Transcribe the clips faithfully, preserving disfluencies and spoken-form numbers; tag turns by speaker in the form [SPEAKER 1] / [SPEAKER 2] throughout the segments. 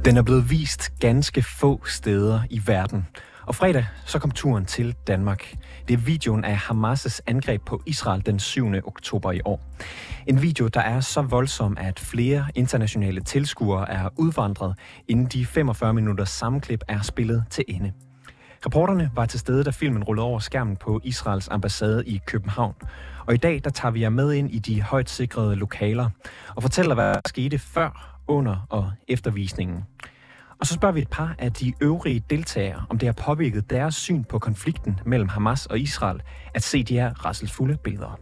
[SPEAKER 1] Den er blevet vist ganske få steder i verden. Og fredag så kom turen til Danmark. Det er videoen af Hamas' angreb på Israel den syvende oktober i år. En video, der er så voldsom, at flere internationale tilskuere er udvandret, inden de femogfyrre minutters sammenklip er spillet til ende. Reporterne var til stede, da filmen rullede over skærmen på Israels ambassade i København. Og i dag der tager vi jer med ind i de højt sikrede lokaler og fortæller, hvad der skete før, under og efter visningen. Og så spørger vi et par af de øvrige deltagere, om det har påvirket deres syn på konflikten mellem Hamas og Israel at se de her rædselsfulde billeder.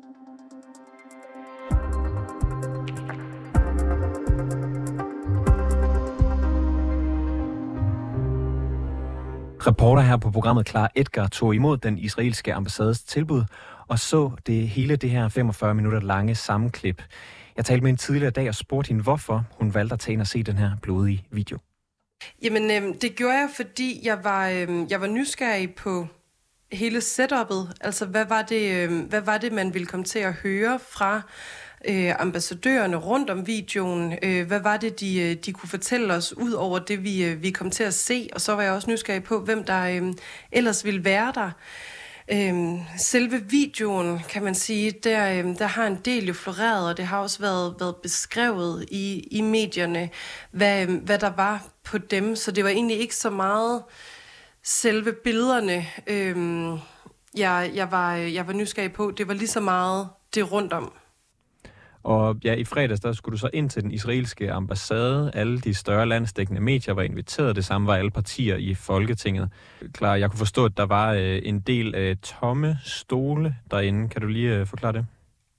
[SPEAKER 1] Reporter her på programmet Clara Edgar tog imod den israelske ambassades tilbud og så det hele det her femogfyrre minutter lange sammenklip. Jeg talte med en tidligere dag og spurgte hende, hvorfor hun valgte at tage ind og se den her blodige video.
[SPEAKER 2] Jamen, øh, det gjorde jeg, fordi jeg var, øh, jeg var nysgerrig på hele setup'et. Altså, hvad var det, øh, hvad var det man ville komme til at høre fra øh, ambassadørerne rundt om videoen? Øh, hvad var det, de, de kunne fortælle os ud over det, vi, øh, vi kom til at se? Og så var jeg også nysgerrig på, hvem der øh, ellers ville være der. Øhm, selve videoen, kan man sige, der, øhm, der har en del jo floreret, og det har også været, været beskrevet i, i medierne, hvad, øhm, hvad der var på dem. Så det var egentlig ikke så meget selve billederne, øhm, jeg, jeg, var, jeg var nysgerrig på. Det var lige så meget det rundt om.
[SPEAKER 1] Og ja, i fredags, der skulle du så ind til den israelske ambassade. Alle de større landsdækkende medier var inviteret. Det samme var alle partier i Folketinget. Klar, jeg kunne forstå, at der var øh, en del øh, tomme stole derinde. Kan du lige øh, forklare det?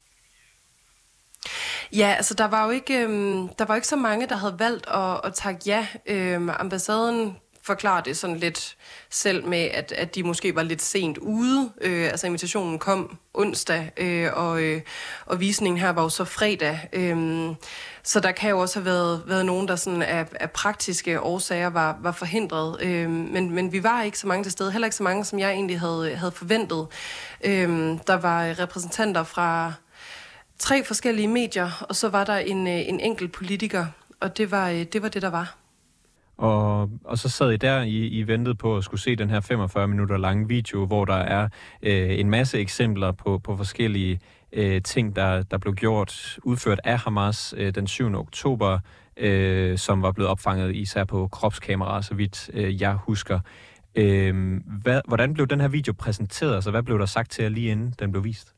[SPEAKER 2] Ja, altså der var jo ikke, øh, der var ikke så mange, der havde valgt at, at takke ja. Øh, ambassaden forklare det sådan lidt selv med, at, at de måske var lidt sent ude. Øh, altså invitationen kom onsdag, øh, og, øh, og visningen her var jo så fredag. Øh, så der kan jo også have været, været nogen, der sådan af, af praktiske årsager var, var forhindret. Øh, men, men vi var ikke så mange til stede. Heller ikke så mange, som jeg egentlig havde, havde forventet. Øh, der var repræsentanter fra tre forskellige medier, og så var der en, en enkelt politiker, og det var det, var det der var.
[SPEAKER 1] Og, og så sad I der, I, I ventede på at skulle se den her femogfyrre minutter lange video, hvor der er øh, en masse eksempler på, på forskellige øh, ting, der, der blev gjort, udført af Hamas øh, den syvende oktober, øh, som var blevet opfanget især på kropskameraer, så vidt øh, jeg husker. Øh, hvad, hvordan blev den her video præsenteret? Altså, hvad blev der sagt til jer lige inden den blev vist?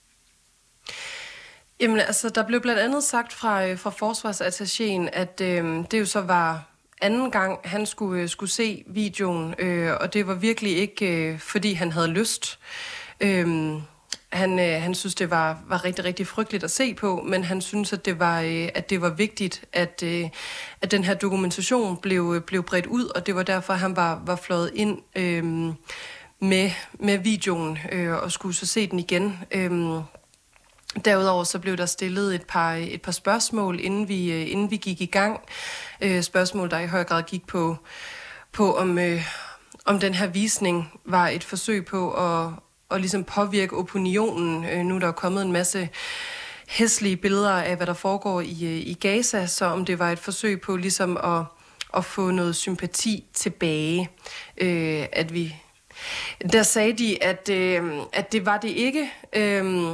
[SPEAKER 2] Jamen altså, der blev blandt andet sagt fra, fra forsvarsattachéen, at øh, det jo så var anden gang, han skulle, skulle se videoen, øh, og det var virkelig ikke, øh, fordi han havde lyst. Øh, han, øh, han synes, det var, var rigtig, rigtig frygteligt at se på, men han synes, at det var, øh, at det var vigtigt, at, øh, at den her dokumentation blev, blev bredt ud, og det var derfor, han var, var fløjet ind øh, med, med videoen øh, og skulle så se den igen. Øh, Derudover så blev der stillet et par, et par spørgsmål, inden vi, inden vi gik i gang. Øh, spørgsmål, der i høj grad gik på, på om, øh, om den her visning var et forsøg på at, at ligesom påvirke opinionen. Øh, nu er der kommet en masse hæslige billeder af, hvad der foregår i, i Gaza, så om det var et forsøg på ligesom at, at få noget sympati tilbage. Øh, at vi, der sagde de, at, øh, at det var det ikke. Øh,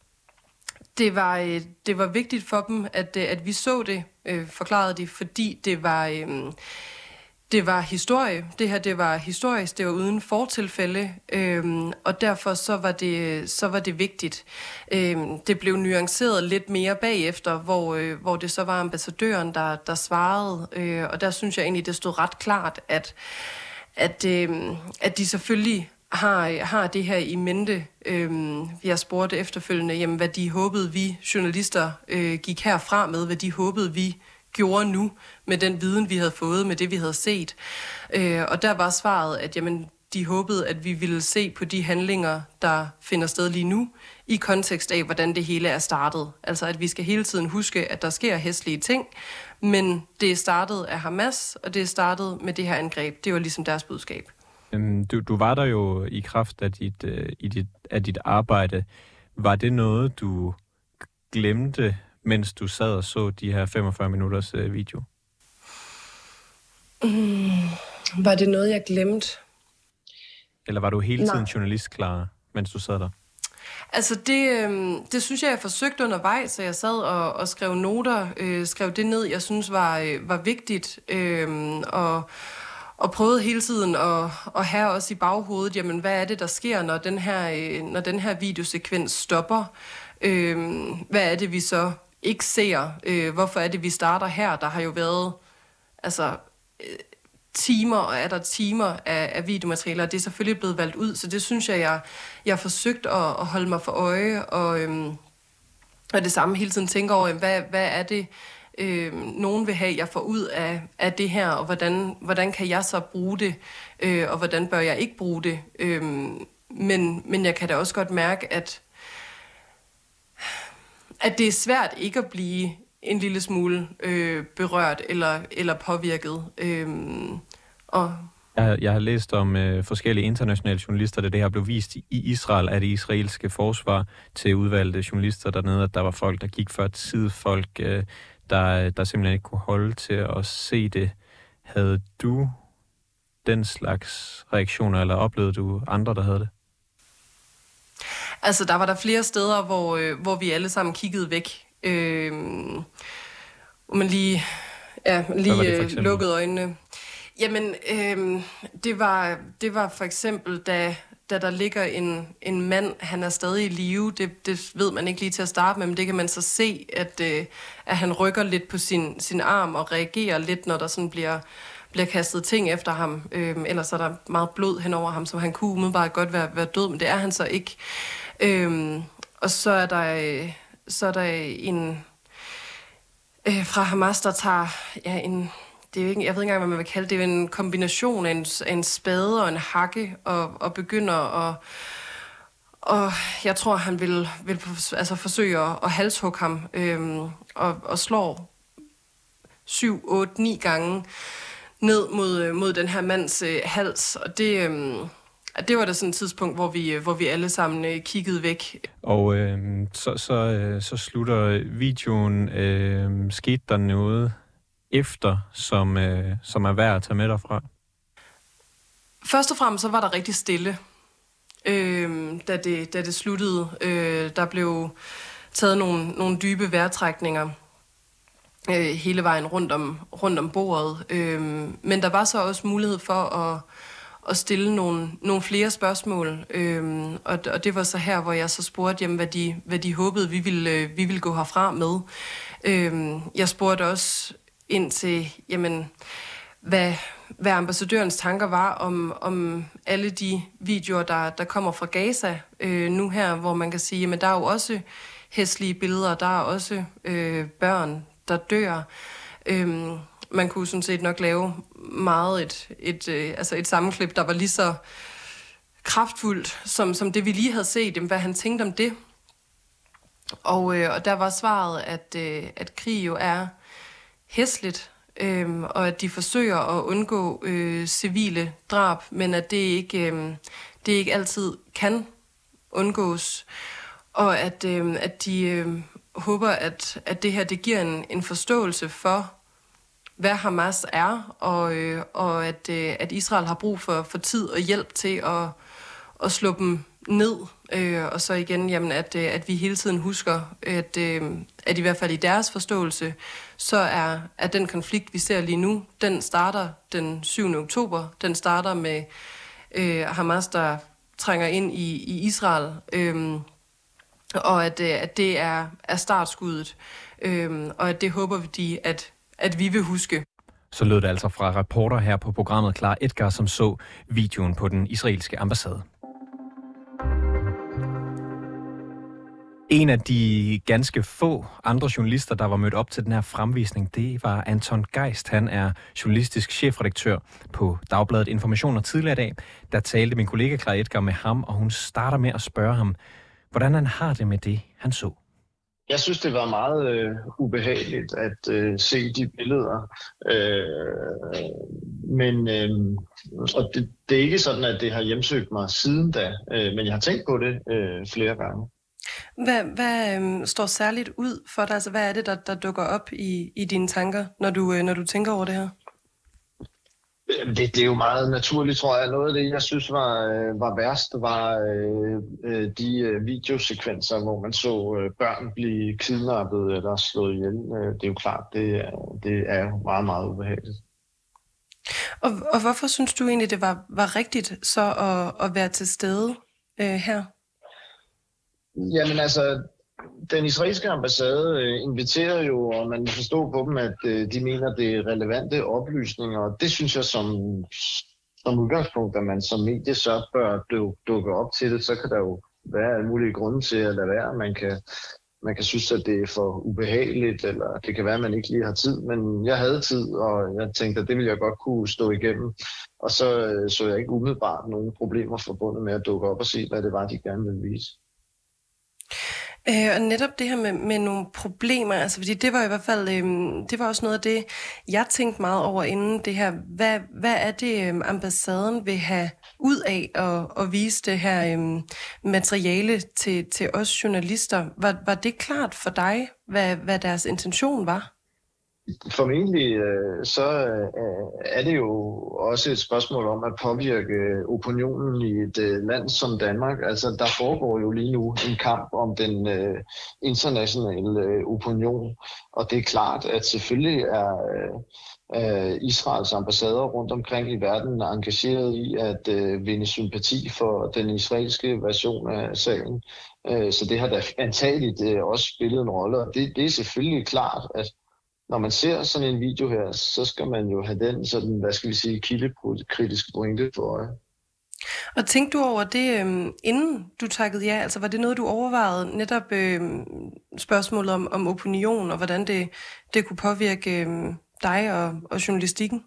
[SPEAKER 2] Det var, det var vigtigt for dem, at, at vi så det, øh, forklarede de, fordi det var, øh, det var historie. Det her, det var historisk, det var uden fortilfælde, øh, og derfor så var det, så var det vigtigt. Øh, det blev nuanceret lidt mere bagefter, hvor, øh, hvor det så var ambassadøren, der, der svarede, øh, og der synes jeg egentlig, det stod ret klart, at, at, øh, at de selvfølgelig Har, har det her i mente. Øhm, vi har spurgt efterfølgende, jamen, hvad de håbede, vi journalister øh, gik herfra med, hvad de håbede, vi gjorde nu med den viden, vi havde fået, med det, vi havde set. Øh, og der var svaret, at jamen, de håbede, at vi ville se på de handlinger, der finder sted lige nu, i kontekst af, hvordan det hele er startet. Altså, at vi skal hele tiden huske, at der sker hæslige ting, men det er startet af Hamas, og det er startet med det her angreb. Det var ligesom deres budskab.
[SPEAKER 1] Du, du var der jo i kraft af dit, øh, i dit, af dit arbejde. Var det noget, du glemte, mens du sad og så de her femogfyrre minutters øh, video?
[SPEAKER 2] Mm, var det noget, jeg glemte?
[SPEAKER 1] Eller var du hele tiden
[SPEAKER 2] Nej.
[SPEAKER 1] journalist, Clara, mens du sad der?
[SPEAKER 2] Altså det, øh, det synes jeg, jeg forsøgte undervejs, så jeg sad og, og skrev noter, øh, skrev det ned, jeg synes var, øh, var vigtigt, øh, og, og prøvede hele tiden at, at have også i baghovedet, jamen hvad er det, der sker, når den her, øh, når den her videosekvens stopper? Øh, hvad er det, vi så ikke ser? Øh, hvorfor er det, vi starter her? Der har jo været altså øh, timer og er der timer af, af videomaterialer, og det er selvfølgelig blevet valgt ud, så det synes jeg, jeg, jeg har forsøgt at, at holde mig for øje, og, øhm, og det samme hele tiden tænker over, hvad, hvad er det, øhm, nogen vil have, jeg får ud af, af det her, og hvordan, hvordan kan jeg så bruge det, øh, og hvordan bør jeg ikke bruge det. Øhm, men, men jeg kan da også godt mærke, at, at det er svært ikke at blive en lille smule øh, berørt eller, eller påvirket. Øhm, og
[SPEAKER 1] Jeg, jeg har læst om øh, forskellige internationale journalister, da det her blev vist i Israel af det israelske forsvar til udvalgte journalister dernede, at der var folk, der gik før tid, folk, øh, der, der simpelthen ikke kunne holde til at se det. Havde du den slags reaktioner, eller oplevede du andre, der havde det?
[SPEAKER 2] Altså, der var der flere steder, hvor, øh, hvor vi alle sammen kiggede væk. Øh, hvor man lige, ja, lige øh, lukkede øjnene. Jamen, øh, det, var, det var for eksempel, da, da der ligger en, en mand, han er stadig i live. Det, det ved man ikke lige til at starte med, men det kan man så se, at, øh, at han rykker lidt på sin, sin arm og reagerer lidt, når der sådan bliver, bliver kastet ting efter ham. Øh, ellers er der meget blod hen over ham, som han kunne umiddelbart godt være, være død, men det er han så ikke. Øh, og så er der, øh, så er der en øh, fra Hamas, der tager ja, en... Det er jo ikke, jeg ved ikke engang, hvad man vil kalde det. Det er en kombination af en, af en spade og en hakke, og, og begynder at... Og jeg tror, han vil, vil altså forsøge at, at halshugge ham, øhm, og, og slår syv, otte, ni gange ned mod, mod den her mands øh, hals. Og det, øhm, det var da sådan et tidspunkt, hvor vi, hvor vi alle sammen øh, kiggede væk.
[SPEAKER 1] Og øh, så, så, øh, så slutter videoen. Øh, skete der noget efter, som, øh, som er værd at tage med derfra?
[SPEAKER 2] Først og fremmest så var der rigtig stille, øh, da, det, da det sluttede. Øh, der blev taget nogle, nogle dybe vejrtrækninger øh, hele vejen rundt om, rundt om bordet. Øh, men der var så også mulighed for at, at stille nogle, nogle flere spørgsmål. Øh, og, og det var så her, hvor jeg så spurgte, jamen, hvad, de, hvad de håbede, vi ville, vi ville gå herfra med. Øh, jeg spurgte også ind til, jamen, hvad, hvad ambassadørens tanker var om, om alle de videoer, der, der kommer fra Gaza øh, nu her, hvor man kan sige, jamen, der er jo også hæslige billeder, der er også øh, børn, der dør. Øh, man kunne sådan set nok lave meget et, et, øh, altså et sammenklip, der var lige så kraftfuldt, som, som det vi lige havde set, jamen, hvad han tænkte om det. Og, øh, og der var svaret, at, øh, at krig jo er hæsligt, øhm, og at de forsøger at undgå øh, civile drab, men at det ikke, øh, det ikke altid kan undgås, og at, øh, at de øh, håber, at, at det her det giver en, en forståelse for, hvad Hamas er, og, øh, og at, øh, at Israel har brug for, for tid og hjælp til at, at slå dem ned, øh, og så igen, jamen, at, øh, at vi hele tiden husker, at, øh, at i hvert fald i deres forståelse, så er, er den konflikt, vi ser lige nu, den starter den syvende oktober, den starter med øh, Hamas, der trænger ind i, i Israel, øh, og at, øh, at det er, er startskuddet, øh, og at det håber vi, at, at vi vil huske.
[SPEAKER 1] Så lød det altså fra reporter her på programmet Clara Edgar, som så videoen på den israelske ambassade. En af de ganske få andre journalister, der var mødt op til den her fremvisning, det var Anton Geist. Han er journalistisk chefredaktør på Dagbladet Information, og tidligere i dag, der talte min kollega Clara Edgar med ham, og hun starter med at spørge ham, hvordan han har det med det, han så.
[SPEAKER 3] Jeg synes, det var meget øh, ubehageligt at øh, se de billeder. Øh, men øh, og det, det er ikke sådan, at det har hjemsøgt mig siden da, øh, men jeg har tænkt på det øh, flere gange.
[SPEAKER 2] Hvad, hvad øh, står særligt ud for dig? Altså, hvad er det, der, der dukker op i, i dine tanker, når du, øh, når du tænker over det her?
[SPEAKER 3] Det, det er jo meget naturligt, tror jeg. Noget af det, jeg synes var, var værst, var øh, de videosekvenser, hvor man så børn blive kidnappet eller slået ihjel. Det er jo klart, det er, det er jo meget, meget ubehageligt.
[SPEAKER 2] Og, og hvorfor synes du egentlig, det var, var rigtigt så at, at være til stede øh, her?
[SPEAKER 3] Jamen altså, den israelske ambassade øh, inviterer jo, og man må forstå på dem, at øh, de mener, det er relevante oplysninger. Og det synes jeg som, som udgangspunkt, at man som medie så bør dukke op til det. Så kan der jo være alle mulige grunde til at lade være. Man kan, man kan synes, at det er for ubehageligt, eller det kan være, at man ikke lige har tid. Men jeg havde tid, og jeg tænkte, at det ville jeg godt kunne stå igennem. Og så øh, så jeg ikke umiddelbart nogen problemer forbundet med at dukke op og se, hvad det var, de gerne ville vise.
[SPEAKER 2] Øh, og netop det her med, med nogle problemer, altså fordi det var i hvert fald, øh, det var også noget af det, jeg tænkte meget over inden det her. Hvad, hvad er det, øh, ambassaden vil have ud af at, at vise det her øh, materiale til, til os journalister? Var, var det klart for dig, hvad, hvad deres intention var?
[SPEAKER 3] Formentlig så er det jo også et spørgsmål om at påvirke opinionen i et land som Danmark. Altså, der foregår jo lige nu en kamp om den internationale opinion, og det er klart, at selvfølgelig er Israels ambassader rundt omkring i verden engageret i at vinde sympati for den israelske version af sagen. Så det har da antageligt også spillet en rolle, og det, det er selvfølgelig klart, at når man ser sådan en video her, så skal man jo have den sådan, hvad skal vi sige, kildekritiske pointe for øje.
[SPEAKER 2] Og tænkte du over det, øh, inden du takkede ja? Altså var det noget, du overvejede, netop øh, spørgsmålet om, om opinion, og hvordan det, det kunne påvirke øh, dig og, og journalistikken?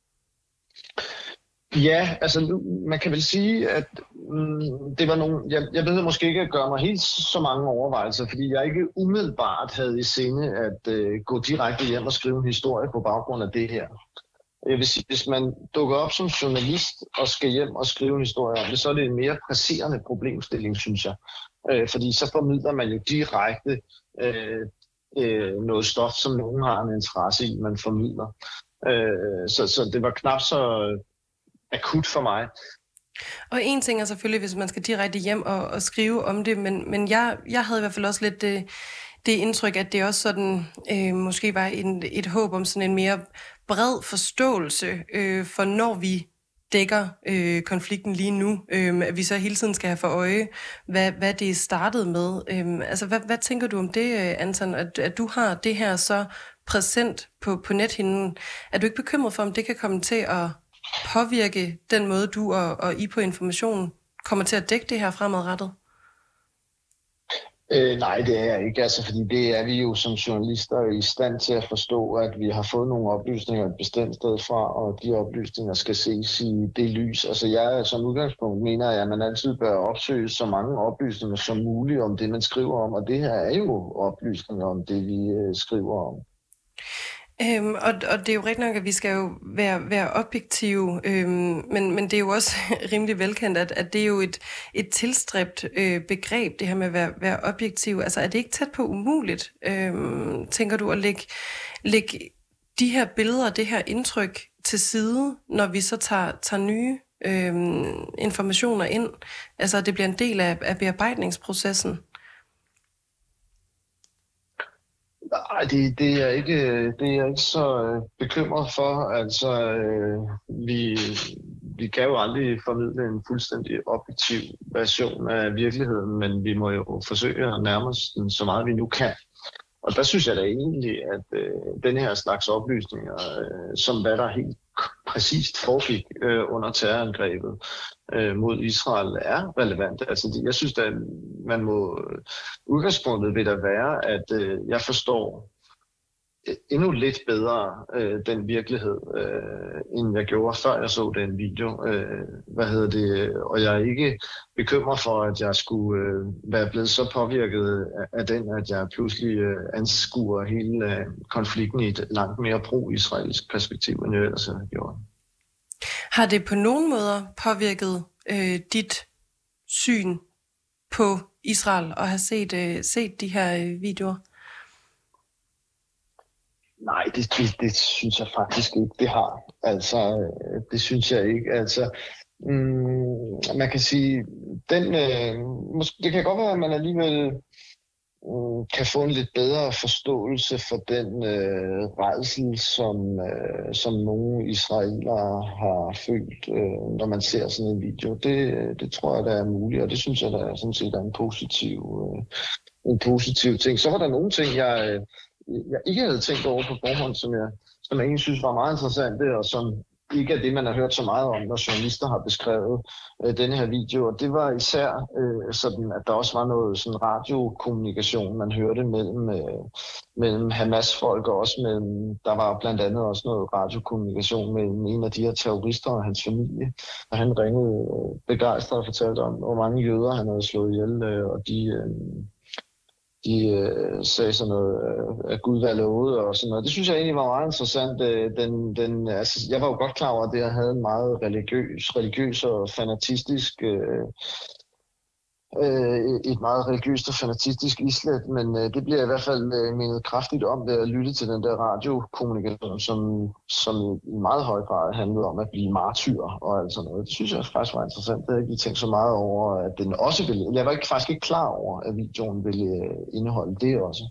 [SPEAKER 3] Ja, altså man kan vel sige, at mm, det var nogle, jeg, jeg ved måske ikke at gøre mig helt så mange overvejelser, fordi jeg ikke umiddelbart havde i sinde at øh, gå direkte hjem og skrive en historie på baggrund af det her. Jeg vil sige, hvis man dukker op som journalist og skal hjem og skrive en historie om det, så er det en mere presserende problemstilling, synes jeg. Øh, fordi så formidler man jo direkte øh, øh, noget stof, som nogen har en interesse i, man formidler. Øh, så, så det var knap så akut for mig.
[SPEAKER 2] Og en ting er selvfølgelig, hvis man skal direkte hjem og, og skrive om det, men, men jeg, jeg havde i hvert fald også lidt det, det indtryk, at det også sådan, øh, måske var en, et håb om sådan en mere bred forståelse øh, for, når vi dækker øh, konflikten lige nu, øh, at vi så hele tiden skal have for øje, hvad, hvad det er startet med. Øh, altså, hvad, hvad tænker du om det, Anton, at, at du har det her så præsent på, på nethinden? Er du ikke bekymret for, om det kan komme til at påvirke den måde, du og, og I på Information kommer til at dække det her fremadrettet?
[SPEAKER 3] Øh, nej, det er jeg ikke, altså, fordi det er vi jo som journalister i stand til at forstå, at vi har fået nogle oplysninger et bestemt sted fra, og de oplysninger skal ses i det lys. Altså jeg som udgangspunkt mener, at man altid bør opsøge så mange oplysninger som muligt om det, man skriver om, og det her er jo oplysninger om det, vi øh, skriver om.
[SPEAKER 2] Øhm, og, og det er jo rigtigt nok, at vi skal jo være, være objektive, øhm, men, men det er jo også rimelig velkendt, at, at det er jo et, et tilstræbt øh, begreb, det her med at være, være objektiv. Altså er det ikke tæt på umuligt, øhm, tænker du, at lægge, lægge de her billeder, det her indtryk til side, når vi så tager, tager nye øhm, informationer ind? Altså at det bliver en del af, af bearbejdningsprocessen?
[SPEAKER 3] Nej, det, det, er ikke, det er jeg ikke så øh, bekymret for. Altså, øh, vi, vi kan jo aldrig formidle en fuldstændig objektiv version af virkeligheden, men vi må jo forsøge at nærme os den så meget vi nu kan. Og der synes jeg da egentlig, at øh, den her slags oplysninger, øh, som hvad der helt præcist foregik øh, under terrorangrebet øh, mod Israel, er relevant. Altså, jeg synes, at man må udgangspunktet vil der være, at øh, jeg forstår endnu lidt bedre øh, den virkelighed, øh, end jeg gjorde, før jeg så den video. Øh, hvad hedder det? Og jeg er ikke bekymret for, at jeg skulle øh, være blevet så påvirket af, af den, at jeg pludselig øh, anskuer hele øh, konflikten i et langt mere pro-israelsk perspektiv, end jeg ellers har gjort.
[SPEAKER 2] Har det på nogen måder påvirket øh, dit syn på Israel og have set, øh, set de her øh, videoer?
[SPEAKER 3] Nej, det, det, det synes jeg faktisk ikke, det har. Altså, det synes jeg ikke. Altså, mm, man kan sige, den, øh, måske, det kan godt være, at man alligevel mm, kan få en lidt bedre forståelse for den øh, rædsel, som, øh, som nogle israelere har følt, øh, når man ser sådan en video. Det, det tror jeg, der er muligt, og det synes jeg, der er sådan set er en positiv, øh, en positiv ting. Så var der nogle ting, jeg... Øh, jeg ikke havde tænkt over på forhånd, som jeg, som jeg egentlig synes var meget interessante, og som ikke er det, man har hørt så meget om, når journalister har beskrevet øh, denne her video. Og det var især øh, sådan, at der også var noget sådan radiokommunikation, man hørte mellem, øh, mellem Hamas-folk, og også mellem, der var blandt andet også noget radiokommunikation mellem en af de her terrorister og hans familie. Og han ringede øh, begejstret og fortalte om, hvor mange jøder han havde slået ihjel, øh, og de... Øh, De øh, sagde sådan noget, øh, at Gud var lovet og sådan noget. Det synes jeg egentlig var meget interessant. Øh, den, den, altså, jeg var jo godt klar over, at det havde en meget religiøs, religiøs og fanatistisk, øh, øh, et meget religiøst og fanatistisk islet, men øh, det bliver i hvert fald øh, mindet kraftigt om ved at lytte til den der radiokommunikation, som, som i meget høj grad handlede om at blive martyr og alt sådan noget. Det synes jeg faktisk var interessant. Det havde jeg ikke tænkt så meget over, at den også ville... Jeg var ikke, faktisk ikke klar over, at videoen ville øh, indeholde det også.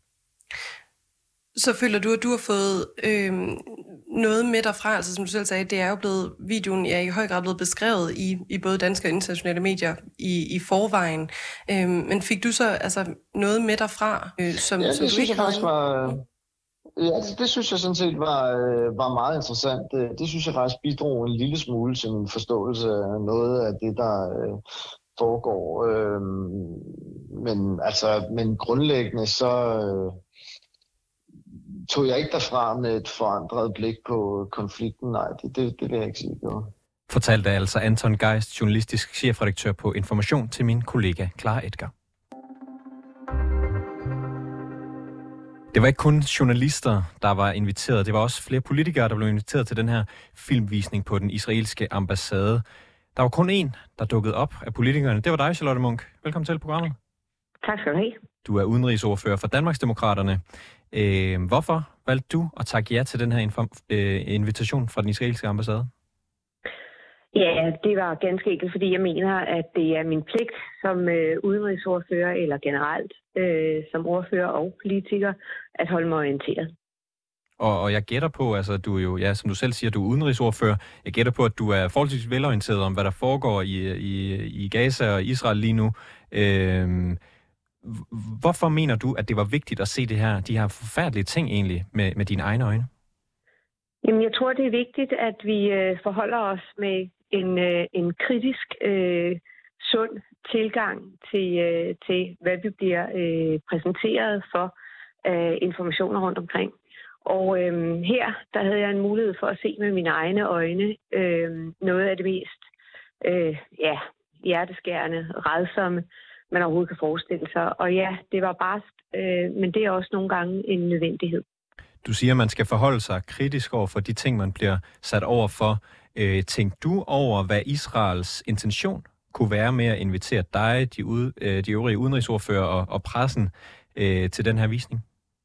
[SPEAKER 2] Så føler du, at du har fået øh, noget med derfra, altså som du selv sagde, det er jo blevet, videoen er i høj grad blevet beskrevet i, i både danske og internationale medier i, i forvejen. Øh, men fik du så altså noget med derfra, øh, som,
[SPEAKER 3] ja,
[SPEAKER 2] som
[SPEAKER 3] det
[SPEAKER 2] du ikke havde?
[SPEAKER 3] var, ja, det, det synes jeg sådan set var, var meget interessant. Det, det synes jeg faktisk bidrog en lille smule til min forståelse af noget af det, der øh, foregår. Øh, men altså, men grundlæggende så... Øh, tog jeg ikke derfra med et forandret blik på konflikten. Nej, det, det, det vil jeg ikke sige. Jo.
[SPEAKER 1] Fortalte altså Anton Geist, journalistisk chefredaktør på Information, til min kollega Clara Edgar. Det var ikke kun journalister, der var inviteret. Det var også flere politikere, der blev inviteret til den her filmvisning på den israelske ambassade. Der var kun én, der dukkede op af politikerne. Det var dig, Charlotte Munch. Velkommen til programmet.
[SPEAKER 4] Tak skal du have.
[SPEAKER 1] Du er udenrigsordfører for Danmarksdemokraterne. Øh, hvorfor valgte du at takke ja til den her inform- øh, invitation fra den israelske ambassade?
[SPEAKER 4] Ja, det var ganske enkelt, fordi jeg mener, at det er min pligt som øh, udenrigsordfører, eller generelt øh, som ordfører og politiker, at holde mig orienteret.
[SPEAKER 1] Og, og jeg gætter på, altså du er jo, ja, som du selv siger, du er udenrigsordfører. Jeg gætter på, at du er forholdsvis velorienteret om, hvad der foregår i, i, i Gaza og Israel lige nu. Øh, Hvorfor mener du, at det var vigtigt at se det her, de her forfærdelige ting egentlig med, med dine egne øjne?
[SPEAKER 4] Jamen, jeg tror, det er vigtigt, at vi øh, forholder os med en, øh, en kritisk, øh, sund tilgang til, øh, til, hvad vi bliver øh, præsenteret for øh, informationer rundt omkring. Og øh, her, der havde jeg en mulighed for at se med mine egne øjne øh, noget af det mest øh, ja, hjerteskærende, rædsomme, man overhovedet kan forestille sig. Og ja, det var barsk, øh, men det er også nogle gange en nødvendighed.
[SPEAKER 1] Du siger, at man skal forholde sig kritisk over for de ting, man bliver sat over for. Øh, tænkte du over, hvad Israels intention kunne være med at invitere dig, de, ude, øh, de øvrige udenrigsordfører og, og pressen øh, til den her visning?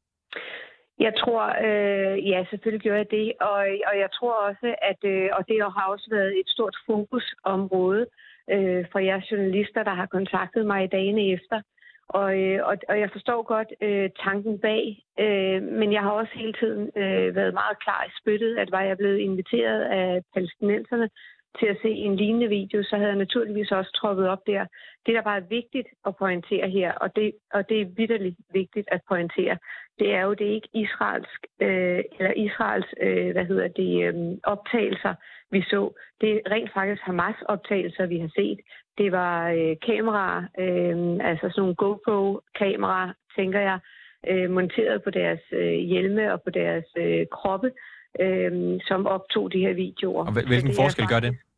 [SPEAKER 4] Jeg tror, øh, ja, selvfølgelig gjorde jeg det. Og, og jeg tror også, at øh, og det har også været et stort fokusområde øh, for jer journalister, der har kontaktet mig i dagene efter. Og, øh, og, og jeg forstår godt øh, tanken bag, øh, men jeg har også hele tiden øh, været meget klar i spyttet, at var jeg blevet inviteret af palæstinenserne til at se en lignende video, så havde jeg naturligvis også troppet op der. Det, der bare er vigtigt at pointere her, og det, og det er vitterligt vigtigt at pointere, det er jo, det er ikke Israelsk, øh, eller Israels øh, hvad hedder det, øh, optagelser, vi så. Det er rent faktisk Hamas-optagelser, vi har set. Det var øh, kameraer, øh, altså sådan nogle GoPro-kameraer, tænker jeg, øh, monteret på deres øh, hjelme og på deres øh, kroppe, øh, som optog de her videoer.
[SPEAKER 1] Og hvilken forskel gør det?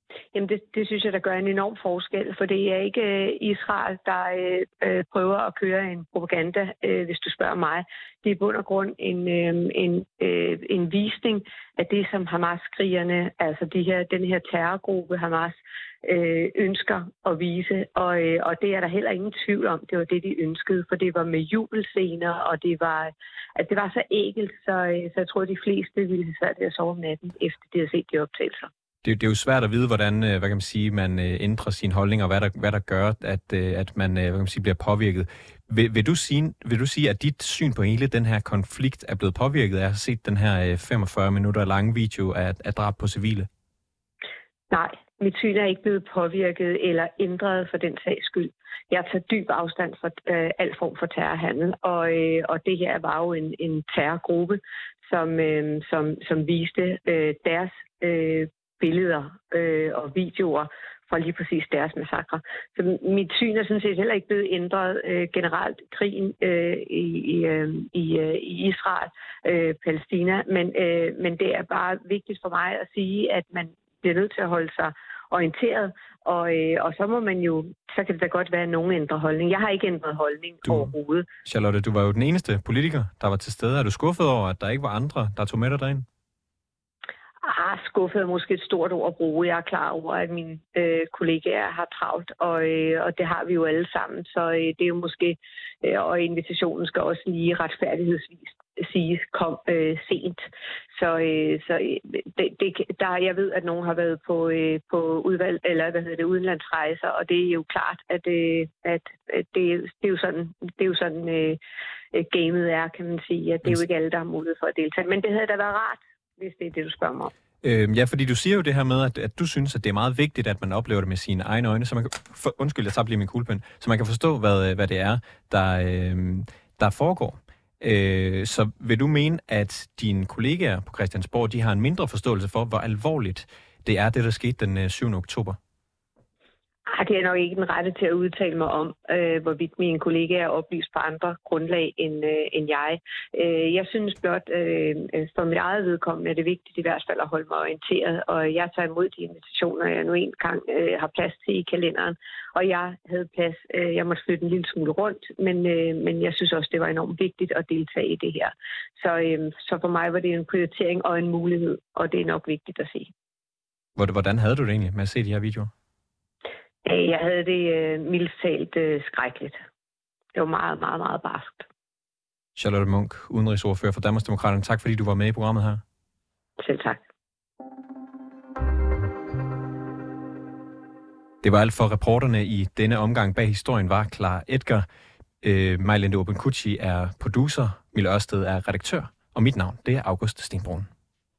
[SPEAKER 4] Jamen det, det synes jeg, der gør en enorm forskel, for det er ikke øh, Israel, der øh, prøver at køre en propaganda, øh, hvis du spørger mig. Det er i bund og grund en, øh, en, øh, en visning af det, som Hamas-krigerne, altså de her, den her terrorgruppe Hamas, øh, ønsker at vise. Og, øh, og det er der heller ingen tvivl om, det var det, de ønskede, for det var med jubelscener, og det var, at det var så ægelt, så, øh, så jeg tror, de fleste ville have svært ved at sove om natten, efter de havde set de optagelser.
[SPEAKER 1] Det, det er jo svært at vide, hvordan hvad kan man sige, man ændrer sine holdninger, og hvad der, hvad der gør, at, at man, hvad kan man sige, bliver påvirket. Vil, vil, du sige, vil du sige, at dit syn på hele den her konflikt er blevet påvirket af at have set den her femogfyrre minutter lange video af, af drab på civile?
[SPEAKER 4] Nej, mit syn er ikke blevet påvirket eller ændret for den sags skyld. Jeg tager dyb afstand fra øh, al form for terrorhandel, og, øh, og det her var jo en, en terrorgruppe, som, øh, som, som viste øh, deres øh, billeder øh, og videoer fra lige præcis deres massakre. Så mit syn er sådan set heller ikke blevet ændret øh, generelt krigen øh, i, i, øh, i, øh, i Israel, øh, Palæstina, men, øh, men det er bare vigtigt for mig at sige, at man bliver nødt til at holde sig orienteret, og, øh, og så må man jo, så kan det da godt være, at nogen ændrer holdning. Jeg har ikke ændret holdning du, overhovedet.
[SPEAKER 1] Charlotte, du var jo den eneste politiker, der var til stede. Er du skuffet over, at der ikke var andre, der tog med dig derind?
[SPEAKER 4] Ah, skuffet er måske et stort ord at bruge. Jeg er klar over, at mine øh, kollegaer har travlt, og, øh, og det har vi jo alle sammen. Så øh, det er jo måske, øh, og invitationen skal også lige retfærdighedsvis sige, kom øh, sent. Så, øh, så det, det, der, jeg ved, at nogen har været på, øh, på udvalg, eller hvad hedder det, udenlandsrejser, og det er jo klart, at, øh, at, at det, det er jo sådan, det er jo sådan øh, gamet er, kan man sige. At det er jo ikke alle, der har mulighed for at deltage. Men det havde da været rart, hvis det er det, du spørger mig om.
[SPEAKER 1] Øh, ja, fordi du siger jo det her med, at, at du synes, at det er meget vigtigt, at man oplever det med sine egne øjne, så man kan, for, undskyld, jeg tabte lige min kuglepen, så man kan forstå, hvad, hvad det er, der, øh, der foregår. Øh, så vil du mene, at dine kollegaer på Christiansborg, de har en mindre forståelse for, hvor alvorligt det er, det der skete den syvende oktober?
[SPEAKER 4] Ej, det er nok ikke den rette til at udtale mig om, øh, hvorvidt mine kollegaer er oplyst på andre grundlag end, øh, end jeg. Øh, jeg synes blot, øh, for mit eget vedkommende er det vigtigt i hvert fald at holde mig orienteret, og jeg tager imod de invitationer, jeg nu engang øh, har plads til i kalenderen, og jeg havde plads, øh, jeg måtte flytte en lille smule rundt, men, øh, men jeg synes også, det var enormt vigtigt at deltage i det her. Så, øh, så for mig var det en prioritering og en mulighed, og det er nok vigtigt at sige.
[SPEAKER 1] Hvordan havde du det egentlig med at se de her videoer?
[SPEAKER 4] Jeg havde det øh, mildt talt øh, skrækkeligt. Det var meget, meget, meget barskt.
[SPEAKER 1] Charlotte Munch, udenrigsordfører for Danmarksdemokraterne. Tak fordi du var med i programmet her.
[SPEAKER 4] Selv tak.
[SPEAKER 1] Det var alt for reporterne i denne omgang. Bag historien var Clara Edgar. Øh, Majlende Obenkucci er producer. Mille Ørsted er redaktør. Og mit navn, det er August Stenbrun.